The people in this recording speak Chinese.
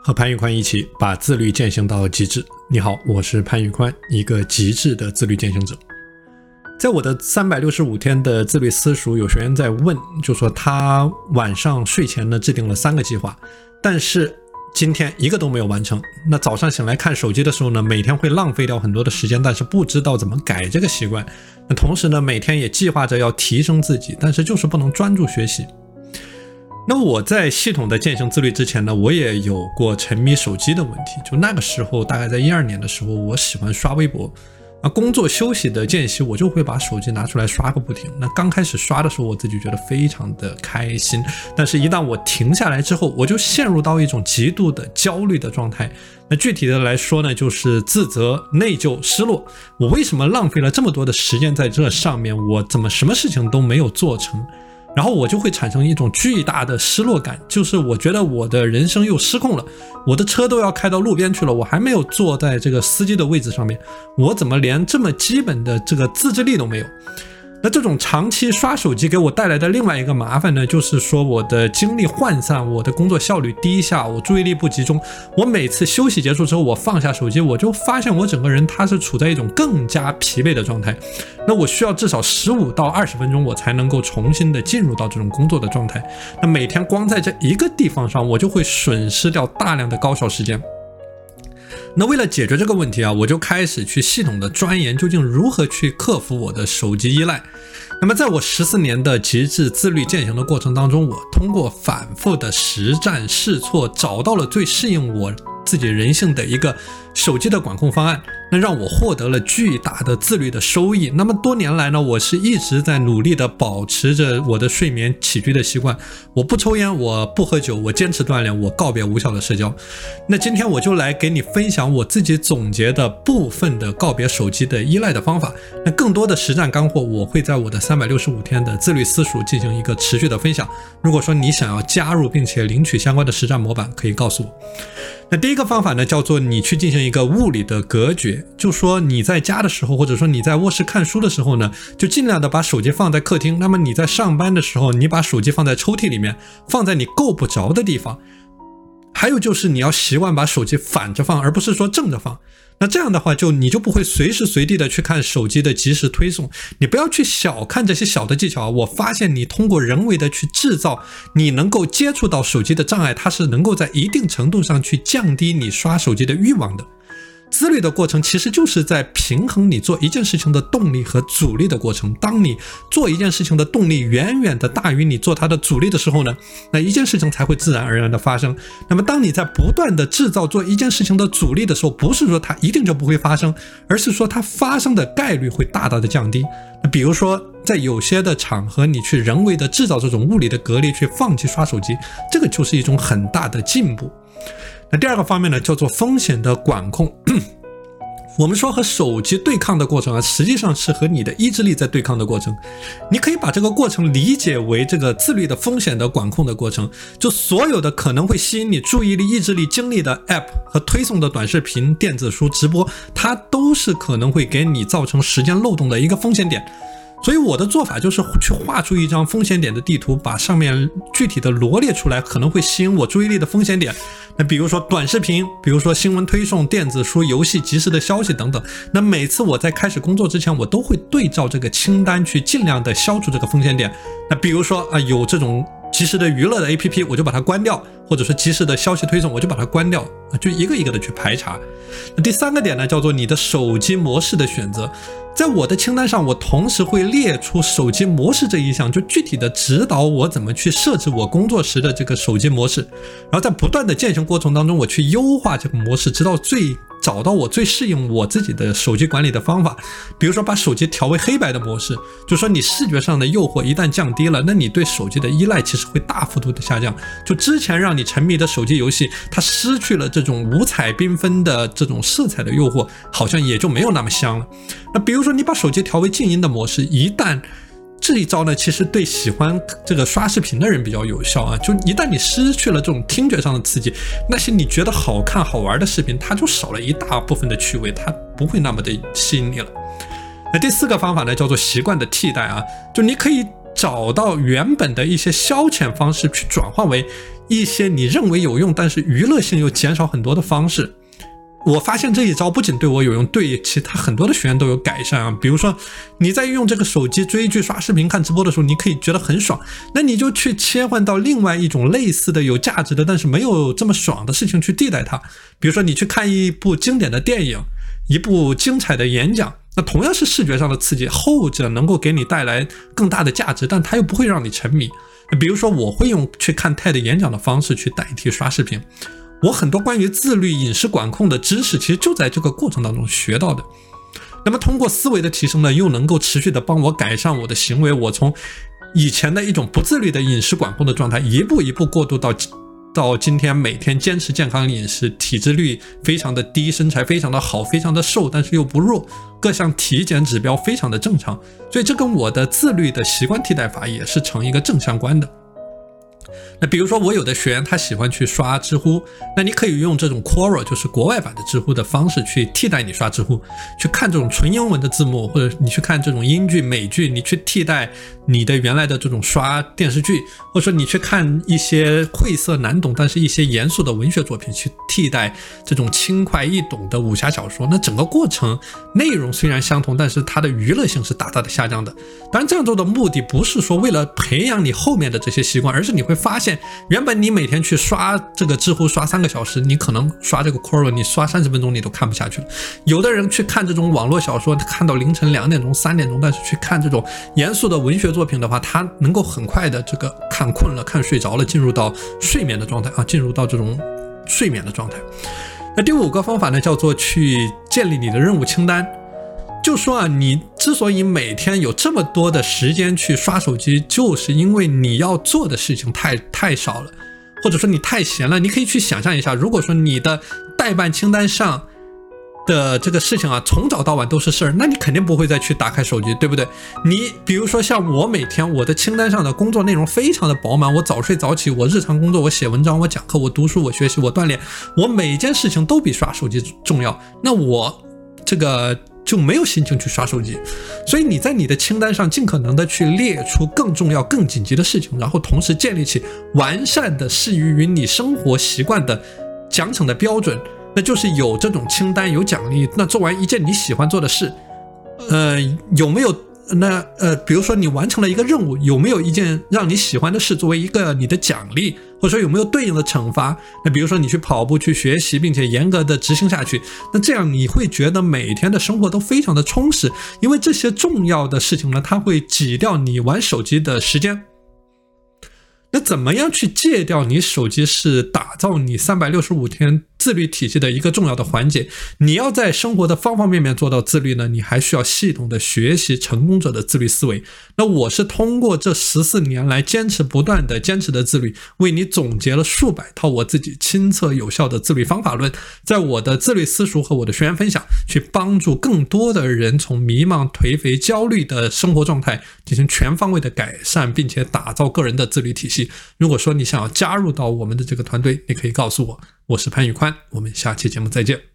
和潘玉宽一起把自律践行到极致。你好，我是潘玉宽，一个极致的自律践行者。在我的365天的自律私塾，有学员在问，就说他晚上睡前呢制定了3个计划，但是今天一个都没有完成。那早上醒来看手机的时候呢，每天会浪费掉很多的时间，但是不知道怎么改这个习惯。那同时呢，每天也计划着要提升自己，但是就是不能专注学习。那我在系统的践行自律之前呢，我也有过沉迷手机的问题。就那个时候，大概在12年的时候，我喜欢刷微博工作休息的间隙，我就会把手机拿出来刷个不停。那刚开始刷的时候，我自己觉得非常的开心，但是一旦我停下来之后，我就陷入到一种极度的焦虑的状态。那具体的来说呢，就是自责、内疚、失落。我为什么浪费了这么多的时间在这上面？我怎么什么事情都没有做成？然后我就会产生一种巨大的失落感，就是我觉得我的人生又失控了，我的车都要开到路边去了，我还没有坐在这个司机的位置上面，我怎么连这么基本的这个自制力都没有？那这种长期刷手机给我带来的另外一个麻烦呢，就是说我的精力涣散，我的工作效率低下，我注意力不集中。我每次休息结束之后，我放下手机，我就发现我整个人他是处在一种更加疲惫的状态。那我需要至少15到20分钟，我才能够重新的进入到这种工作的状态。那每天光在这一个地方上，我就会损失掉大量的高效时间。那为了解决这个问题我就开始去系统的钻研究竟如何去克服我的手机依赖。那么在我14年的极致自律践行的过程当中，我通过反复的实战试错，找到了最适应我自己人性的一个手机的管控方案，那让我获得了巨大的自律的收益。那么多年来呢，我是一直在努力的保持着我的睡眠起居的习惯，我不抽烟，我不喝酒，我坚持锻炼，我告别无效的社交。那今天我就来给你分享我自己总结的部分的告别手机的依赖的方法。那更多的实战干货，我会在我的365天的自律私塾进行一个持续的分享。如果说你想要加入并且领取相关的实战模板，可以告诉我。那第一个方法呢，叫做你去进行一个物理的隔绝，就说你在家的时候，或者说你在卧室看书的时候呢，就尽量的把手机放在客厅。那么你在上班的时候，你把手机放在抽屉里面，放在你够不着的地方。还有就是你要习惯把手机反着放，而不是说正着放。那这样的话，你就不会随时随地的去看手机的即时推送。你不要去小看这些小的技巧我发现你通过人为的去制造你能够接触到手机的障碍，它是能够在一定程度上去降低你刷手机的欲望的。自律的过程其实就是在平衡你做一件事情的动力和阻力的过程。当你做一件事情的动力远远的大于你做它的阻力的时候呢，那一件事情才会自然而然的发生。那么当你在不断的制造做一件事情的阻力的时候，不是说它一定就不会发生，而是说它发生的概率会大大的降低。那比如说在有些的场合，你去人为的制造这种物理的隔离，去放弃刷手机，这个就是一种很大的进步。那第二个方面呢，叫做风险的管控。我们说和手机对抗的过程实际上是和你的意志力在对抗的过程。你可以把这个过程理解为这个自律的风险的管控的过程，就所有的可能会吸引你注意力、意志力、精力的 App 和推送的短视频、电子书、直播，它都是可能会给你造成时间漏洞的一个风险点。所以我的做法就是去画出一张风险点的地图，把上面具体的罗列出来可能会吸引我注意力的风险点。那比如说短视频，比如说新闻推送、电子书、游戏、即时的消息等等。那每次我在开始工作之前，我都会对照这个清单去尽量的消除这个风险点。那比如说有这种即时的娱乐的 APP， 我就把它关掉，或者说即时的消息推送我就把它关掉，就一个一个的去排查。那第三个点呢，叫做你的手机模式的选择。在我的清单上，我同时会列出手机模式这一项，就具体的指导我怎么去设置我工作时的这个手机模式，然后在不断的践行过程当中，我去优化这个模式，直到找到我最适应我自己的手机管理的方法。比如说把手机调为黑白的模式，就说你视觉上的诱惑一旦降低了，那你对手机的依赖其实会大幅度的下降。就之前让你沉迷的手机游戏，它失去了这种五彩缤纷的这种色彩的诱惑，好像也就没有那么香了。那比如说你把手机调为静音的模式，一旦这一招呢，其实对喜欢这个刷视频的人比较有效就一旦你失去了这种听觉上的刺激，那些你觉得好看好玩的视频，它就少了一大部分的趣味，它不会那么的吸引你了。那第四个方法呢，叫做习惯的替代就你可以找到原本的一些消遣方式，去转换为一些你认为有用但是娱乐性又减少很多的方式。我发现这一招不仅对我有用，对其他很多的学员都有改善啊。比如说你在用这个手机追剧、刷视频、看直播的时候，你可以觉得很爽，那你就去切换到另外一种类似的有价值的但是没有这么爽的事情去替代它。比如说你去看一部经典的电影，一部精彩的演讲，那同样是视觉上的刺激，后者能够给你带来更大的价值，但它又不会让你沉迷。比如说我会用去看 TED 演讲的方式去代替刷视频，我很多关于自律饮食管控的知识其实就在这个过程当中学到的。那么通过思维的提升呢，又能够持续的帮我改善我的行为，我从以前的一种不自律的饮食管控的状态，一步一步过渡到今天每天坚持健康饮食，体脂率非常的低，身材非常的好，非常的瘦，但是又不弱，各项体检指标非常的正常，所以这跟我的自律的习惯替代法也是成一个正相关的。那比如说我有的学员他喜欢去刷知乎，那你可以用这种 Quora 就是国外版的知乎的方式去替代你刷知乎，去看这种纯英文的字幕，或者你去看这种英剧美剧，你去替代你的原来的这种刷电视剧，或者说你去看一些晦涩难懂但是一些严肃的文学作品，去替代这种轻快易懂的武侠小说。那整个过程内容虽然相同，但是它的娱乐性是大大的下降的。当然这样做的目的不是说为了培养你后面的这些习惯，而是你会发现原本你每天去刷这个知乎刷3个小时，你可能刷这个 Quora 你刷30分钟你都看不下去了。有的人去看这种网络小说看到凌晨2点钟3点钟，但是去看这种严肃的文学作品的话，他能够很快的这个看困了看睡着了，进入到睡眠的状态啊，进入到这种睡眠的状态。那第5个方法呢，叫做去建立你的任务清单。就说啊，你之所以每天有这么多的时间去刷手机，就是因为你要做的事情太少了，或者说你太闲了。你可以去想象一下，如果说你的待办清单上的这个事情啊，从早到晚都是事儿，那你肯定不会再去打开手机，对不对？你比如说像我每天我的清单上的工作内容非常的饱满，我早睡早起，我日常工作，我写文章，我讲课，我读书，我学习，我锻炼，我每一件事情都比刷手机重要，那我这个就没有心情去刷手机。所以你在你的清单上尽可能的去列出更重要更紧急的事情，然后同时建立起完善的适于你生活习惯的奖惩的标准，那就是有这种清单，有奖励。那做完一件你喜欢做的事，有没有比如说你完成了一个任务，有没有一件让你喜欢的事作为一个你的奖励，或者说有没有对应的惩罚？那比如说你去跑步去学习，并且严格的执行下去，那这样你会觉得每天的生活都非常的充实，因为这些重要的事情呢，它会挤掉你玩手机的时间。那怎么样去戒掉你手机，是打造你365天自律体系的一个重要的环节。你要在生活的方方面面做到自律呢，你还需要系统的学习成功者的自律思维。那我是通过这14年来不断的坚持的自律，为你总结了数百套我自己亲测有效的自律方法论，在我的自律私塾和我的学员分享，去帮助更多的人从迷茫、颓废、焦虑的生活状态进行全方位的改善，并且打造个人的自律体系。如果说你想要加入到我们的这个团队，你可以告诉我。我是潘宇宽，我们下期节目再见。